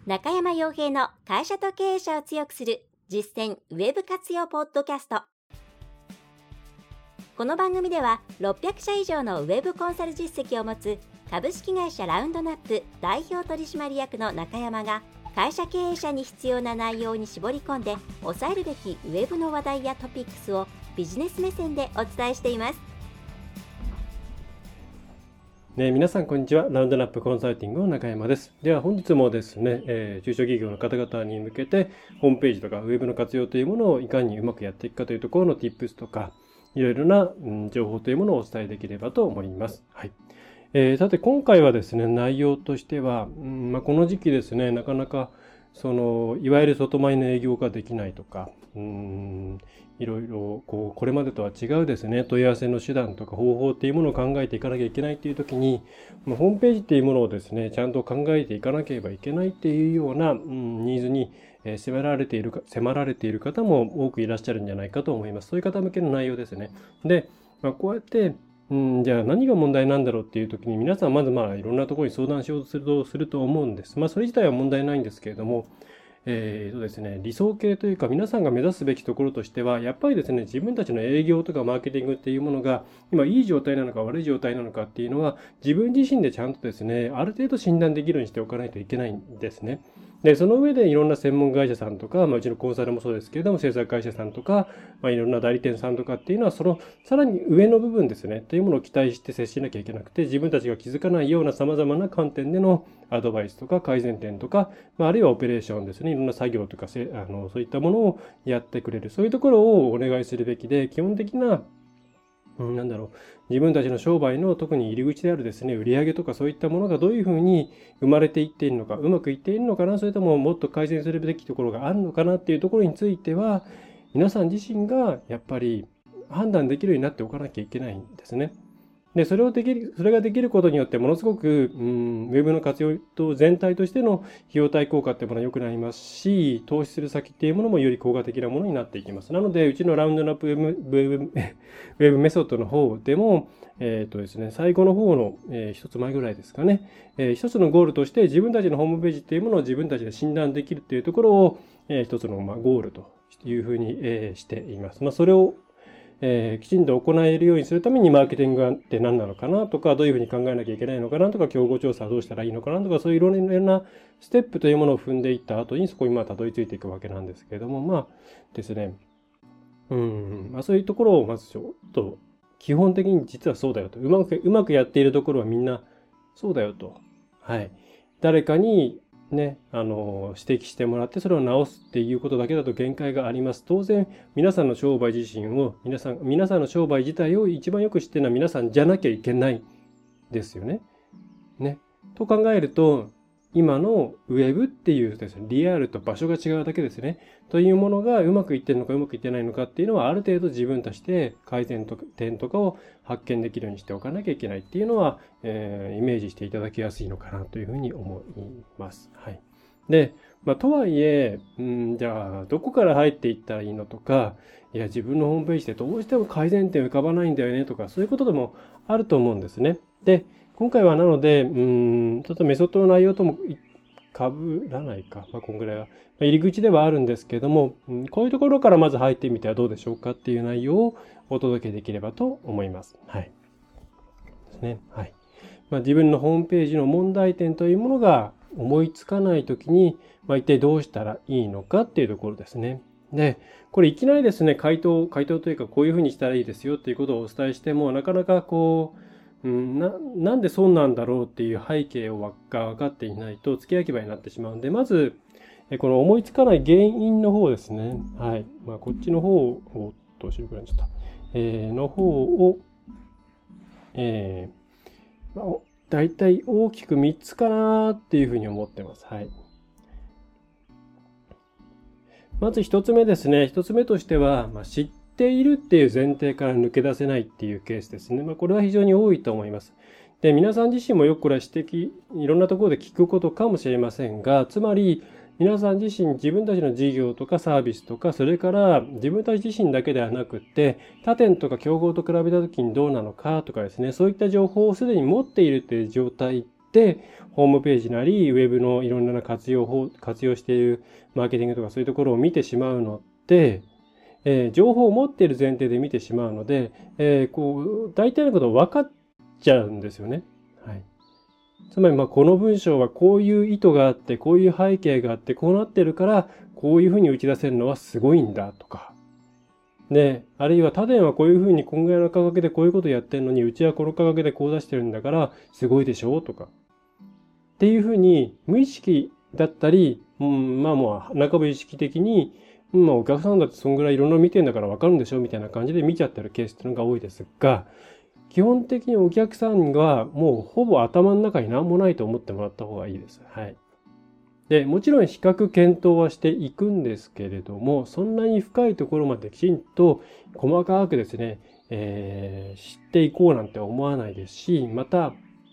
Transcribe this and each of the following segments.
中山洋平の会社と経営者を強くする実践ウェブ活用ポッドキャスト。この番組では600社以上のウェブコンサル実績を持つ株式会社ラウンドナップ代表取締役の中山が会社経営者に必要な内容に絞り込んで押さえるべきウェブの話題やトピックスをビジネス目線でお伝えしています。 皆さんこんにちは。ラウンドナップコンサルティングの中山です。では本日もですね、中小企業の方々に向けてホームページとかウェブの活用というものをいかにうまくやっていくかというところの Tips とかいろいろな情報というものをお伝えできればと思います。はい。さて今回はですね、内容としては、この時期ですね、なかなかいわゆる外回りの営業ができないとか、いろいろこれまでとは違うですね、問い合わせの手段とか方法っていうものを考えていかなきゃいけないっていう時に、ホームページっていうものをですね、ちゃんと考えていかなければいけないっていうような、ニーズに迫られている方も多くいらっしゃるんじゃないかと思います。そういう方向けの内容ですね。で、こうやってじゃあ何が問題なんだろうっていう時に皆さんまずいろんなところに相談しようとすると思うんです。それ自体は問題ないんですけれども、ですね、理想形というか皆さんが目指すべきところとしてはやっぱりですね、自分たちの営業とかマーケティングっていうものが今いい状態なのか悪い状態なのかっていうのは自分自身でちゃんとですね、ある程度診断できるようにしておかないといけないんですね。で、その上でいろんな専門会社さんとか、うちのコンサルもそうですけれども、制作会社さんとか、いろんな代理店さんとかっていうのは、さらに上の部分ですね、というものを期待して接しなきゃいけなくて、自分たちが気づかないような様々な観点でのアドバイスとか改善点とか、あるいはオペレーションですね、いろんな作業とか、そういったものをやってくれる、そういうところをお願いするべきで、基本的な自分たちの商売の特に入り口であるですね、売上とかそういったものがどういうふうに生まれていっているのか、うまくいっているのかな、それとももっと改善するべきところがあるのかなっていうところについては、皆さん自身がやっぱり判断できるようになっておかなきゃいけないんですね。で、それができることによってものすごく、ウェブの活用と全体としての費用対効果っていうものは良くなりますし、投資する先っていうものもより効果的なものになっていきます。なので、うちのラウンドナップウェブメソッドの方でも、ですね、最後の方の、一つ前ぐらいですかね、一つのゴールとして自分たちのホームページっていうものを自分たちで診断できるっていうところを、一つのゴールというふうに、しています。それをきちんと行えるようにするためにマーケティングって何なのかなとか、どういうふうに考えなきゃいけないのかなとか、競合調査はどうしたらいいのかなとか、そういういろんなステップというものを踏んでいった後にそこにたどり着いていくわけなんですけれども、ですね、そういうところをまずちょっと基本的に実はそうだよと、うまくやっているところはみんなそうだよと、はい、誰かにね、指摘してもらってそれを直すっていうことだけだと限界があります。当然皆さんの商売自身を皆さんの商売自体を一番よく知っているのは皆さんじゃなきゃいけないですよね。と考えると今のウェブっていうですね、リアルと場所が違うだけですね。というものがうまくいってるのかうまくいってないのかっていうのはある程度自分として改善点とかを発見できるようにしておかなきゃいけないっていうのは、イメージしていただきやすいのかなというふうに思います。はい。で、とはいえ、じゃあどこから入っていったらいいのとか、いや自分のホームページでどうしても改善点浮かばないんだよねとか、そういうことでもあると思うんですね。で、今回はなので、ちょっとメソッドの内容とも被らないか。こんぐらいは。入り口ではあるんですけども、こういうところからまず入ってみてはどうでしょうかっていう内容をお届けできればと思います。はい。ですね。はい。自分のホームページの問題点というものが思いつかないときに、一体どうしたらいいのかっていうところですね。で、これいきなりですね、回答というかこういうふうにしたらいいですよっていうことをお伝えしても、なかなかなんでそうなんだろうっていう背景が分かっていないと付け焼き場になってしまうので、まずこの思いつかない原因の方ですね。はい。こっちの方を、どうしようくらいちゃった。の方を、だいたい大きく3つかなっていうふうに思ってます。はい。まず1つ目ですね。1つ目としては、知っているっていう前提から抜け出せないっていうケースですね。これは非常に多いと思います。で、皆さん自身もよくこれはいろんなところで聞くことかもしれませんが、つまり皆さん自身自分たちの事業とかサービスとか、それから自分たち自身だけではなくって、他店とか競合と比べた時にどうなのかとかですね、そういった情報をすでに持っているという状態て、ホームページなり、ウェブのいろんな活用しているマーケティングとかそういうところを見てしまうのって、情報を持っている前提で見てしまうので、大体のこと分かっちゃうんですよね。はい。つまり、この文章はこういう意図があって、こういう背景があって、こうなってるから、こういうふうに打ち出せるのはすごいんだとか。で、あるいは他店はこういうふうにこんぐらいの価格でこういうことやってるのに、うちはこの価格でこう出してるんだから、すごいでしょとか。っていうふうに、無意識だったり、もう半ば意識的に、お客さんだってそんぐらいいろんなの見てんだから分かるんでしょみたいな感じで見ちゃってるケースっていうのが多いですが、基本的にお客さんがもうほぼ頭の中に何もないと思ってもらった方がいいです。はい。で、もちろん比較検討はしていくんですけれども、そんなに深いところまできちんと細かくですね、知っていこうなんて思わないですし、また、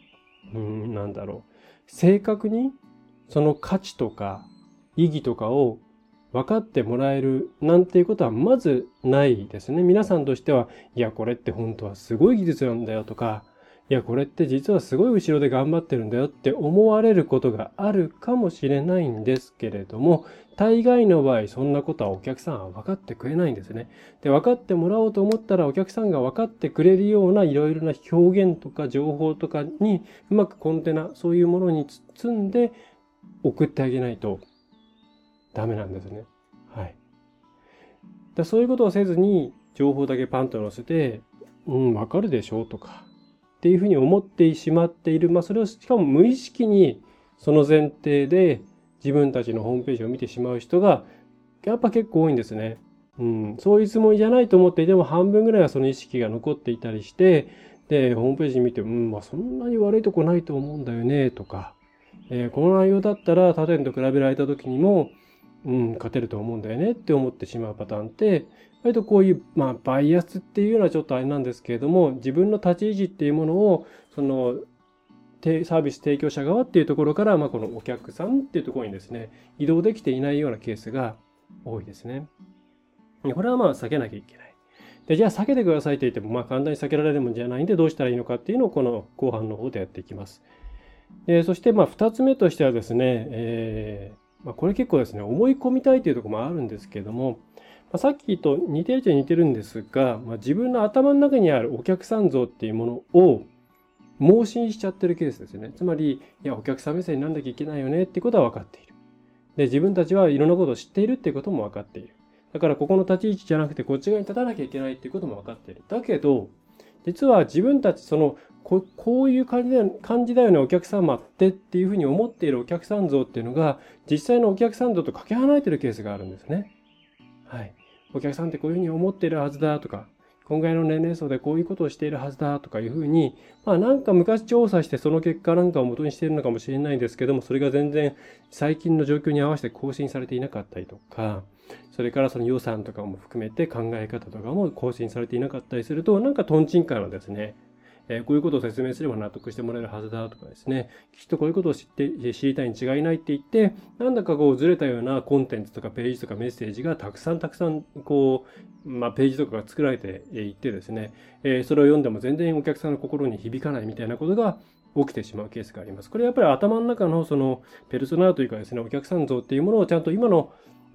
正確にその価値とか意義とかを分かってもらえるなんていうことはまずないですね。皆さんとしては、いや、これって本当はすごい技術なんだよとか、いや、これって実はすごい後ろで頑張ってるんだよって思われることがあるかもしれないんですけれども、大概の場合そんなことはお客さんは分かってくれないんですね。で、分かってもらおうと思ったらお客さんが分かってくれるようないろいろな表現とか情報とかにうまくコンテナ、そういうものに包んで送ってあげないとダメなんですね。はい。そういうことをせずに情報だけパンと載せて、わかるでしょとかっていうふうに思ってしまっている。それをしかも無意識にその前提で自分たちのホームページを見てしまう人がやっぱ結構多いんですね。そういうつもりじゃないと思っていても半分ぐらいはその意識が残っていたりして、で、ホームページ見て、そんなに悪いとこないと思うんだよねとか、この内容だったら他店と比べられた時にも勝てると思うんだよねって思ってしまうパターンって、割とこういう、バイアスっていうのはちょっとあれなんですけれども、自分の立ち位置っていうものを、その、サービス提供者側っていうところから、このお客さんっていうところにですね、移動できていないようなケースが多いですね。これは避けなきゃいけない。で、じゃあ避けてくださいと言っても、簡単に避けられるもんじゃないんで、どうしたらいいのかっていうのをこの後半の方でやっていきます。そして、2つ目としてはですね、これ結構ですね、思い込みたいというところもあるんですけれども、さっきと似てるっちゃ似てるんですが、自分の頭の中にあるお客さん像っていうものを盲信しちゃってるケースですよね。つまり、いや、お客さん目線になんなきゃいけないよねってことは分かっている。で、自分たちはいろんなことを知っているっていうことも分かっている。だから、ここの立ち位置じゃなくて、こっち側に立たなきゃいけないっていうことも分かっている。だけど、実は自分たち、こういう感じだよね、お客様っていうふうに思っているお客さん像っていうのが、実際のお客さん像とかけ離れているケースがあるんですね。はい。お客さんってこういうふうに思っているはずだとか、今回の年齢層でこういうことをしているはずだとかいうふうに、なんか昔調査してその結果なんかを元にしているのかもしれないんですけども、それが全然最近の状況に合わせて更新されていなかったりとか、それからその予算とかも含めて考え方とかも更新されていなかったりすると、なんかトンチンカンのですね、こういうことを説明すれば納得してもらえるはずだとかですね、きっとこういうことを知りたいに違いないって言って、なんだかずれたようなコンテンツとかページとかメッセージがたくさんページとかが作られていってですね、それを読んでも全然お客さんの心に響かないみたいなことが起きてしまうケースがあります。これやっぱり頭の中のそのペルソナというかですね、お客さん像っていうものをちゃんと今の、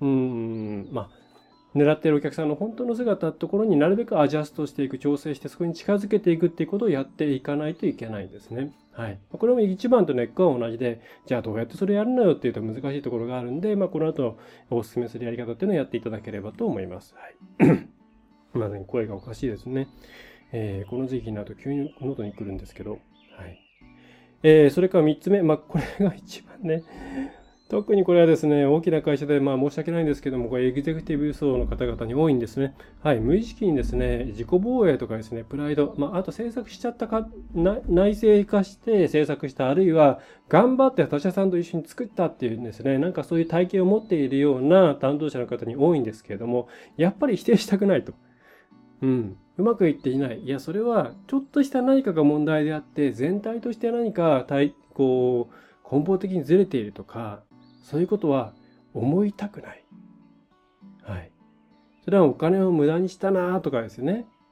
狙っているお客さんの本当の姿のところになるべくアジャストしていく、調整してそこに近づけていくっていうことをやっていかないといけないんですね。はい。これも一番と根っこは同じで、じゃあどうやってそれやるのよっていうと難しいところがあるんで、この後お勧めするやり方っていうのをやっていただければと思います。はい。声がおかしいですね。この時期になると急に喉に来るんですけど、はい。それから3つ目、これが一番ね、特にこれはですね、大きな会社で、申し訳ないんですけども、これエグゼクティブ層の方々に多いんですね。はい、無意識にですね、自己防衛とかですね、プライド、あと制作しちゃったか、内製化して制作した、あるいは頑張って他社さんと一緒に作ったっていうんですね、なんかそういう体験を持っているような担当者の方に多いんですけれども、やっぱり否定したくないと。うまくいっていない。いや、それはちょっとした何かが問題であって、全体として何か根本的にずれているとか、そういうことは思いたくない。はい。それはお金を無駄にしたなとかですね。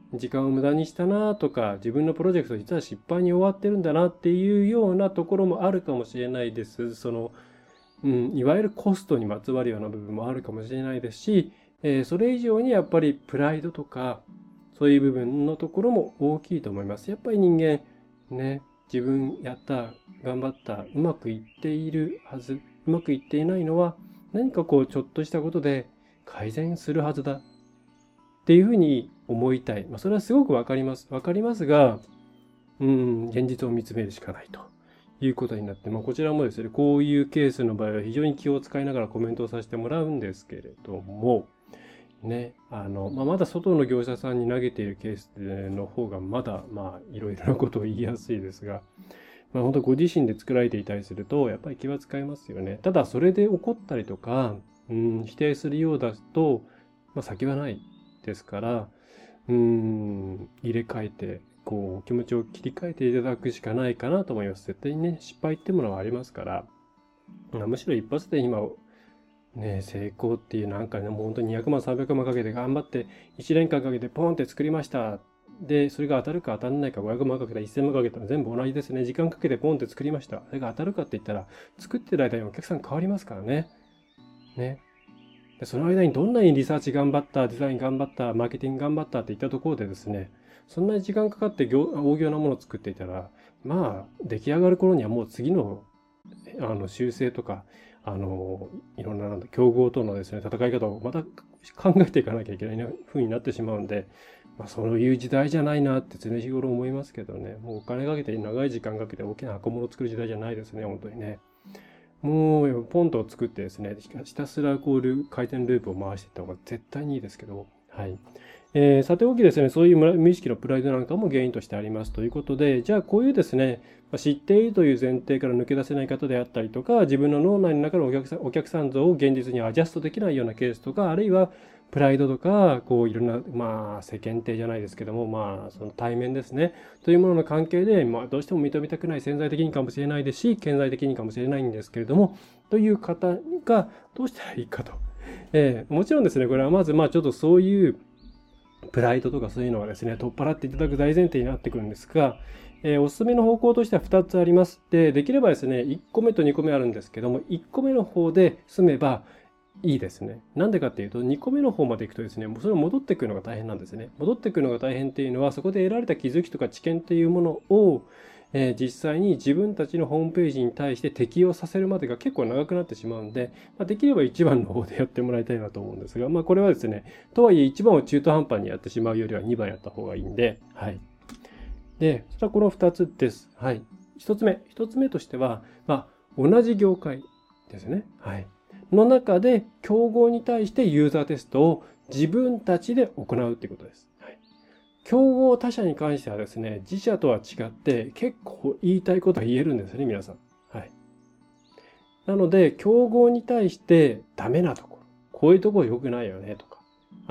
時間を無駄にしたなとか、自分のプロジェクト実は失敗に終わってるんだなっていうようなところもあるかもしれないです。いわゆるコストにまつわるような部分もあるかもしれないですし、それ以上にやっぱりプライドとか、そういう部分のところも大きいと思います。やっぱり人間、ね、自分やった、頑張った、うまくいっているはず、うまくいっていないのは、何かこう、ちょっとしたことで改善するはずだっていうふうに思いたい。それはすごくわかります。わかりますが、現実を見つめるしかないということになって、こちらもですね、こういうケースの場合は非常に気を使いながらコメントをさせてもらうんですけれども、ね、まだ外の業者さんに投げているケースの方がまだ、いろいろなことを言いやすいですが、本当ご自身で作られていたりすると、やっぱり気は使いますよね。ただ、それで怒ったりとか、否定するようだと、先はないですから、入れ替えて、気持ちを切り替えていただくしかないかなと思います。絶対にね、失敗ってものはありますから、むしろ一発で今、成功っていうもう本当に200万、300万かけて頑張って、1年間かけてポンって作りました。で、それが当たるか当たらないか、500万かけた、1000万かけたら全部同じですね。時間かけてポンって作りました。それが当たるかって言ったら、作ってる間にお客さん変わりますからね。でその間にどんなにリサーチ頑張った、デザイン頑張った、マーケティング頑張ったって言ったところでですね、そんなに時間かかって大行なものを作っていたら、出来上がる頃にはもう次の、修正とか、いろんな競合とのですね、戦い方をまた考えていかなきゃいけない風になってしまうんで、そういう時代じゃないなって常日頃思いますけどね、もうお金かけて長い時間かけて大きな箱物を作る時代じゃないですね、本当にね。もうポンと作ってですね、ひたすら回転ループを回していった方が絶対にいいですけど、はい。さておきですね、そういう無意識のプライドなんかも原因としてありますということで、じゃあこういうですね、知っているという前提から抜け出せない方であったりとか、自分の脳内の中のお客さん像を現実にアジャストできないようなケースとか、あるいはプライドとか、いろんな、世間体じゃないですけども、その対面ですね、というものの関係で、どうしても認めたくない、潜在的にかもしれないですし、顕在的にかもしれないんですけれども、という方がどうしたらいいかと。もちろんですね、これはまず、ちょっとそういうプライドとかそういうのはですね、取っ払っていただく大前提になってくるんですが、おすすめの方向としては2つあります。できればですね、1個目と2個目あるんですけども、1個目の方で済めばいいですね。なんでかっていうと、2個目の方まで行くとですね、それを戻ってくるのが大変なんですね。戻ってくるのが大変っていうのは、そこで得られた気づきとか知見っていうものを、実際に自分たちのホームページに対して適用させるまでが結構長くなってしまうんで、できれば1番の方でやってもらいたいなと思うんですが、これはですね、とはいえ1番を中途半端にやってしまうよりは2番やった方がいいんで、はい。で、それはこの2つです。はい。1つ目としては、同じ業界ですね。はい。の中で競合に対してユーザーテストを自分たちで行うということです。はい、競合他社に関してはですね、自社とは違って結構言いたいことは言えるんですね、皆さん。はい。なので、競合に対してダメなところ、こういうところ良くないよねとか、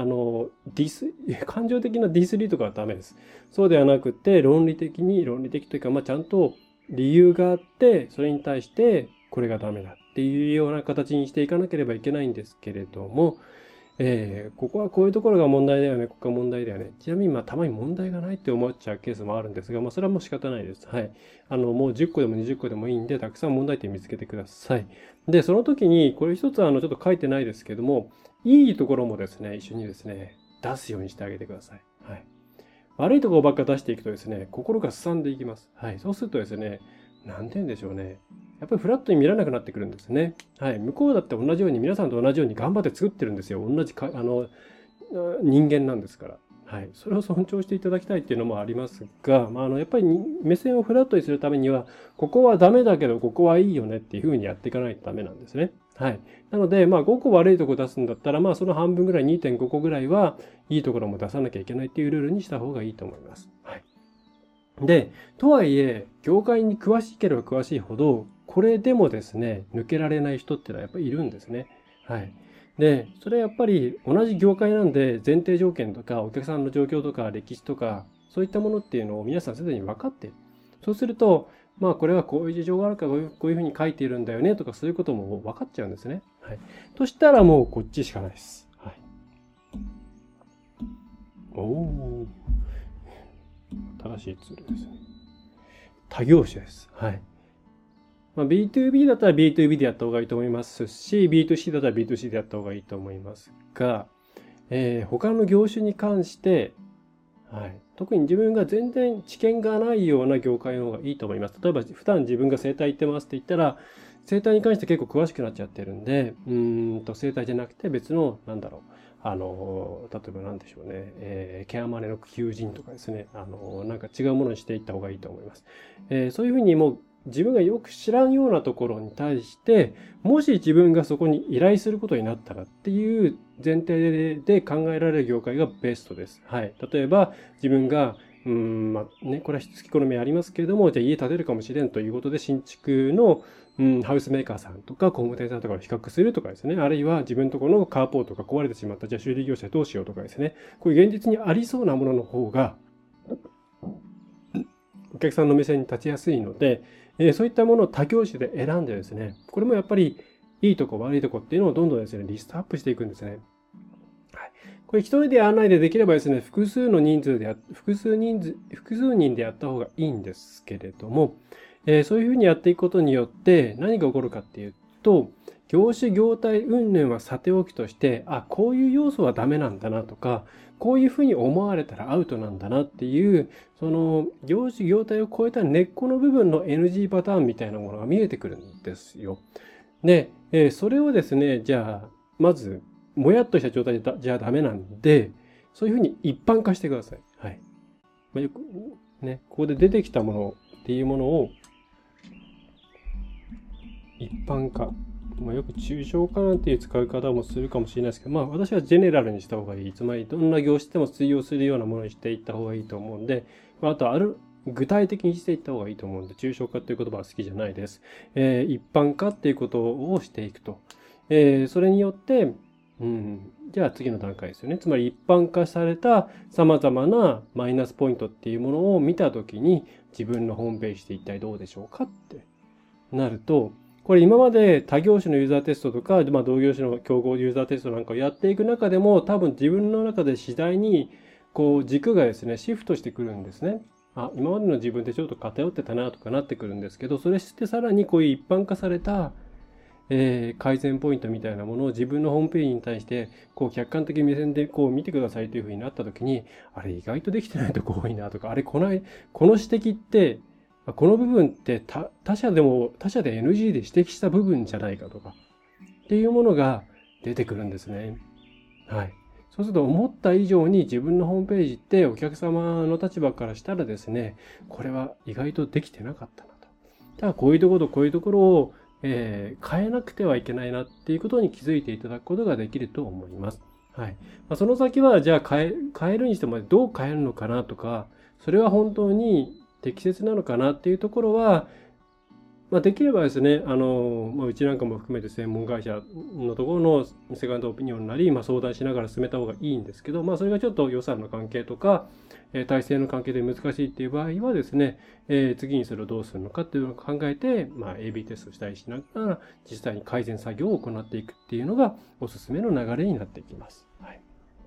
感情的なディスリとかはダメです。そうではなくて、論理的というか、ちゃんと理由があって、それに対してこれがダメだっていうような形にしていかなければいけないんですけれども、ここはこういうところが問題だよね、ここが問題だよね。ちなみにたまに問題がないって思っちゃうケースもあるんですが、それはもう仕方ないです。はい。もう10個でも20個でもいいんで、たくさん問題点見つけてください。で、その時に、これ一つちょっと書いてないですけども、いいところもですね、一緒にですね、出すようにしてあげてください。はい。悪いところばっか出していくとですね、心がすさんでいきます。はい。そうするとですね、なんて言うんでしょうね。やっぱりフラットに見られなくなってくるんですね。はい。向こうだって同じように、皆さんと同じように頑張って作ってるんですよ。同じ人間なんですから。はい。それを尊重していただきたいっていうのもありますが、やっぱり目線をフラットにするためには、ここはダメだけど、ここはいいよねっていう風にやっていかないとダメなんですね。はい。なので、5個悪いとこ出すんだったら、その半分ぐらい、2.5 個ぐらいは、いいところも出さなきゃいけないっていうルールにした方がいいと思います。はい。で、とはいえ、業界に詳しければ詳しいほど、これでもですね、抜けられない人ってのはやっぱりいるんですね。はい。で、それはやっぱり同じ業界なんで、前提条件とか、お客さんの状況とか、歴史とか、そういったものっていうのを皆さんすでに分かっている。そうすると、これはこういう事情があるからこういうふうに書いているんだよねとか、そういうことも分かっちゃうんですね。はい。としたらもうこっちしかないです。はい。おー。 正しいツールですね。他業種です。はい。B2B だったら B2B でやった方がいいと思いますし、B2C だったら B2C でやった方がいいと思いますが、他の業種に関して、はい、特に自分が全然知見がないような業界の方がいいと思います。例えば普段自分が整体行ってますって言ったら、整体に関して結構詳しくなっちゃってるんで、整体じゃなくて別の、例えば何でしょうね、ケアマネの求人とかですね、なんか違うものにしていった方がいいと思います。そういうふうにもう自分がよく知らんようなところに対して、もし自分がそこに依頼することになったらっていう前提で考えられる業界がベストです。はい。例えば自分がこれは好き好みありますけれども、じゃあ家建てるかもしれんということで新築のハウスメーカーさんとか工務店さんとかを比較するとかですね、あるいは自分のところのカーポートが壊れてしまった、じゃあ修理業者どうしようとかですね、こういう現実にありそうなものの方がお客さんの目線に立ちやすいので、そういったものを他業種で選んでですね、これもやっぱりいいとこ悪いとこっていうのをどんどんですね、リストアップしていくんですね。はい、これ一人でやらないでできればですね、複数人でやった方がいいんですけれども、そういうふうにやっていくことによって何が起こるかっていうと、業種業態云々はさておきとして、こういう要素はダメなんだなとか、こういうふうに思われたらアウトなんだなっていう、その業種業態を超えた根っこの部分の NG パターンみたいなものが見えてくるんですよ。で、それをですね、じゃあ、まず、もやっとした状態じゃダメなんで、そういうふうに一般化してください。はい。よくね、ここで出てきたものっていうものを一般化。よく抽象化なんていう使い方もするかもしれないですけど、私はジェネラルにした方がいい。つまり、どんな業種でも通用するようなものにしていった方がいいと思うんで、あと具体的にしていった方がいいと思うんで、抽象化という言葉は好きじゃないです。一般化っていうことをしていくと。それによって、じゃあ次の段階ですよね。つまり一般化された様々なマイナスポイントっていうものを見たときに、自分のホームページで一体どうでしょうかってなると、これ今まで他業種のユーザーテストとか、同業種の競合ユーザーテストなんかをやっていく中でも、多分自分の中で次第に、軸がですね、シフトしてくるんですね。今までの自分ってちょっと偏ってたなとかなってくるんですけど、それしてさらにこういう一般化された、改善ポイントみたいなものを自分のホームページに対して、客観的目線で見てくださいというふうになったときに、あれ意外とできてないとこ多いなとか、この指摘って、この部分って他社で NG で指摘した部分じゃないかとかっていうものが出てくるんですね。はい。そうすると思った以上に自分のホームページってお客様の立場からしたらですね、これは意外とできてなかったなと。ただこういうところを、変えなくてはいけないなっていうことに気づいていただくことができると思います。はい。その先はじゃあ変えるにしてもどう変えるのかなとか、それは本当に適切なのかなっていうところは、できればですね、うちなんかも含めて専門会社のところのセカンドオピニオンなり、相談しながら進めた方がいいんですけど、それがちょっと予算の関係とか、体制の関係で難しいっていう場合はですね、次にそれをどうするのかっていうのを考えて、AB テストしたりしながら、実際に改善作業を行っていくっていうのがおすすめの流れになっていきます。はい。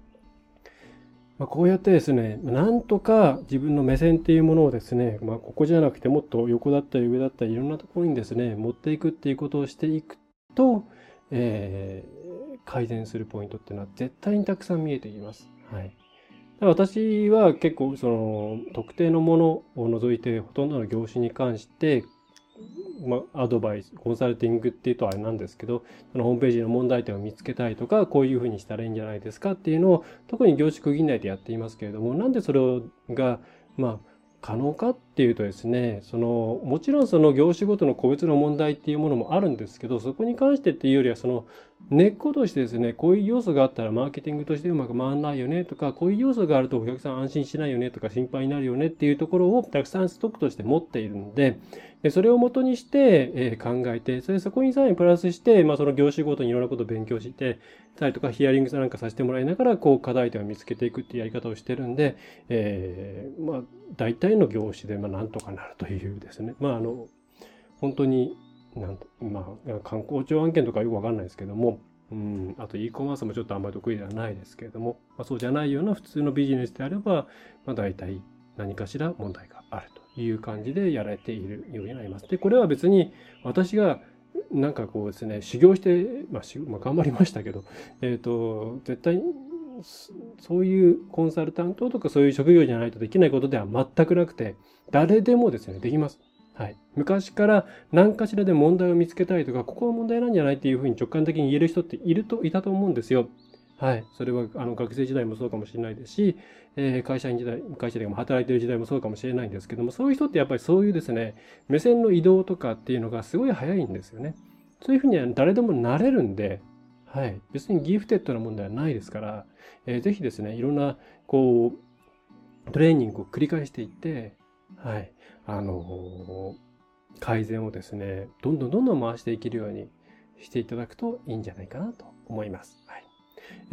こうやってですね、なんとか自分の目線っていうものをですね、ここじゃなくてもっと横だったり上だったりいろんなところにですね、持っていくっていうことをしていくと、改善するポイントっていうのは絶対にたくさん見えてきます。はい。私は結構その特定のものを除いてほとんどの業種に関してアドバイス、コンサルティングっていうとあれなんですけど、そのホームページの問題点を見つけたいとか、こういうふうにしたらいいんじゃないですかっていうのを、特に業種区切り内でやっていますけれども、なんでそれが、可能かっていうとですね、もちろんその業種ごとの個別の問題っていうものもあるんですけど、そこに関してっていうよりは、根っことしてですね、こういう要素があったらマーケティングとしてうまく回らないよねとか、こういう要素があるとお客さん安心しないよねとか、心配になるよねっていうところをたくさんストックとして持っているので、それを元にして考えて、そこにさらにプラスして、その業種ごとにいろんなことを勉強してたりとか、ヒアリングなんかさせてもらいながら、課題点を見つけていくっていうやり方をしてるんで、大体の業種でなんとかなるというですね。本当に、観光庁案件とかよくわかんないですけども、あと e コマースもちょっとあんまり得意ではないですけれども、そうじゃないような普通のビジネスであれば、大体何かしら問題があるという感じでやられているようになります。で、これは別に私がなんかこうですね、修行して、頑張りましたけど、絶対にそういうコンサルタントとかそういう職業じゃないとできないことでは全くなくて、誰でもですね、できます。はい。昔から何かしらで問題を見つけたりとか、ここは問題なんじゃないっていうふうに直感的に言える人っていたと思うんですよ。はい。それは学生時代もそうかもしれないですし、会社でも働いている時代もそうかもしれないんですけども、そういう人ってやっぱりそういうですね、目線の移動とかっていうのがすごい早いんですよね。そういうふうには誰でもなれるんで、はい。別にギフテッドなもんではないですから、ぜひですね、いろんな、こう、トレーニングを繰り返していって、はい。改善をですね、どんどん回していけるようにしていただくといいんじゃないかなと思います。はい。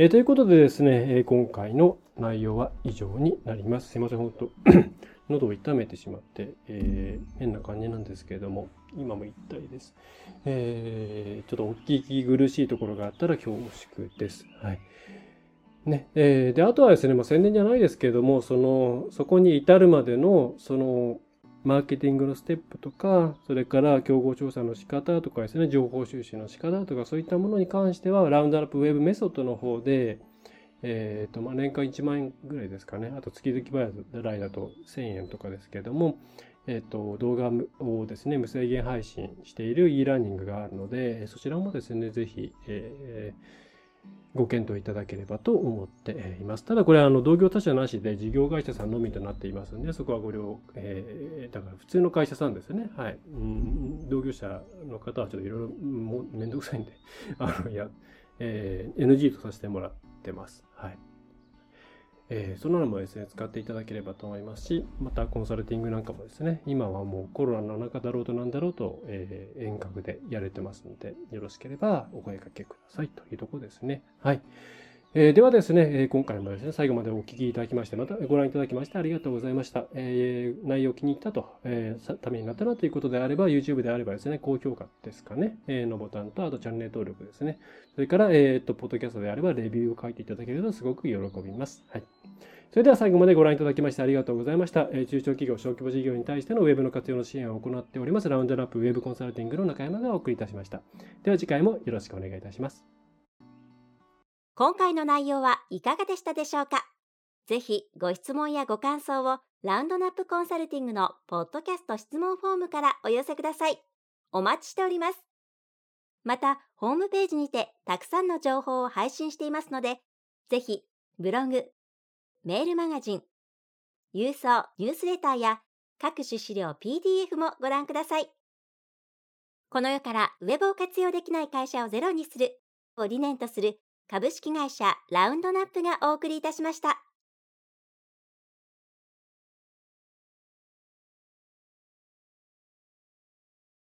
ということでですね、今回の内容は以上になります。すいません、本当喉を痛めてしまって、変な感じなんですけれども、今も痛いです。ちょっとお聞き苦しいところがあったら恐縮です。はい。ね。で、あとはですね、宣伝じゃないですけれども、そこに至るまでの、マーケティングのステップとか、それから競合調査の仕方とかですね、情報収集の仕方とか、そういったものに関しては、ラウンドアップウェブメソッドの方で、年間1万円ぐらいですかね。あと月々払いだと1000円とかですけれども、動画をですね、無制限配信している e ラーニングがあるので、そちらもですね、ぜひ、ご検討いただければと思っています。ただこれは同業他社なしで事業会社さんのみとなっていますので、そこはだから普通の会社さんですね。はい。同業者の方はちょっといろいろめんどくさいんで、NG とさせてもらってます。はい。そののもですね、使っていただければと思いますし、またコンサルティングなんかもですね、今はもうコロナの中だろうとなんだろうと、遠隔でやれてますので、よろしければお声掛けくださいというところですね。はい。ではですね、今回もですね、最後までお聞きいただきまして、またご覧いただきましてありがとうございました。内容気に入ったと、ためになったなということであれば、YouTube であればですね、高評価ですかね、のボタンと、あとチャンネル登録ですね。それから、ポッドキャストであれば、レビューを書いていただけるとすごく喜びます。はい。それでは最後までご覧いただきましてありがとうございました。中小企業、小規模事業に対してのウェブの活用の支援を行っております、ラウンドラップウェブコンサルティングの中山がお送りいたしました。では次回もよろしくお願いいたします。 今回の内容はいかがでしたでしょうか。ぜひご質問やご感想をラウンドナップコンサルティングのポッドキャスト質問フォームからお寄せください。お待ちしております。また、ホームページにてたくさんの情報を配信していますので、ぜひブログ、メールマガジン、郵送ニュースレターや各種資料 PDF もご覧ください。この世からウェブを活用できない会社をゼロにするを理念とする株式会社ラウンドナップがお送りいたしました。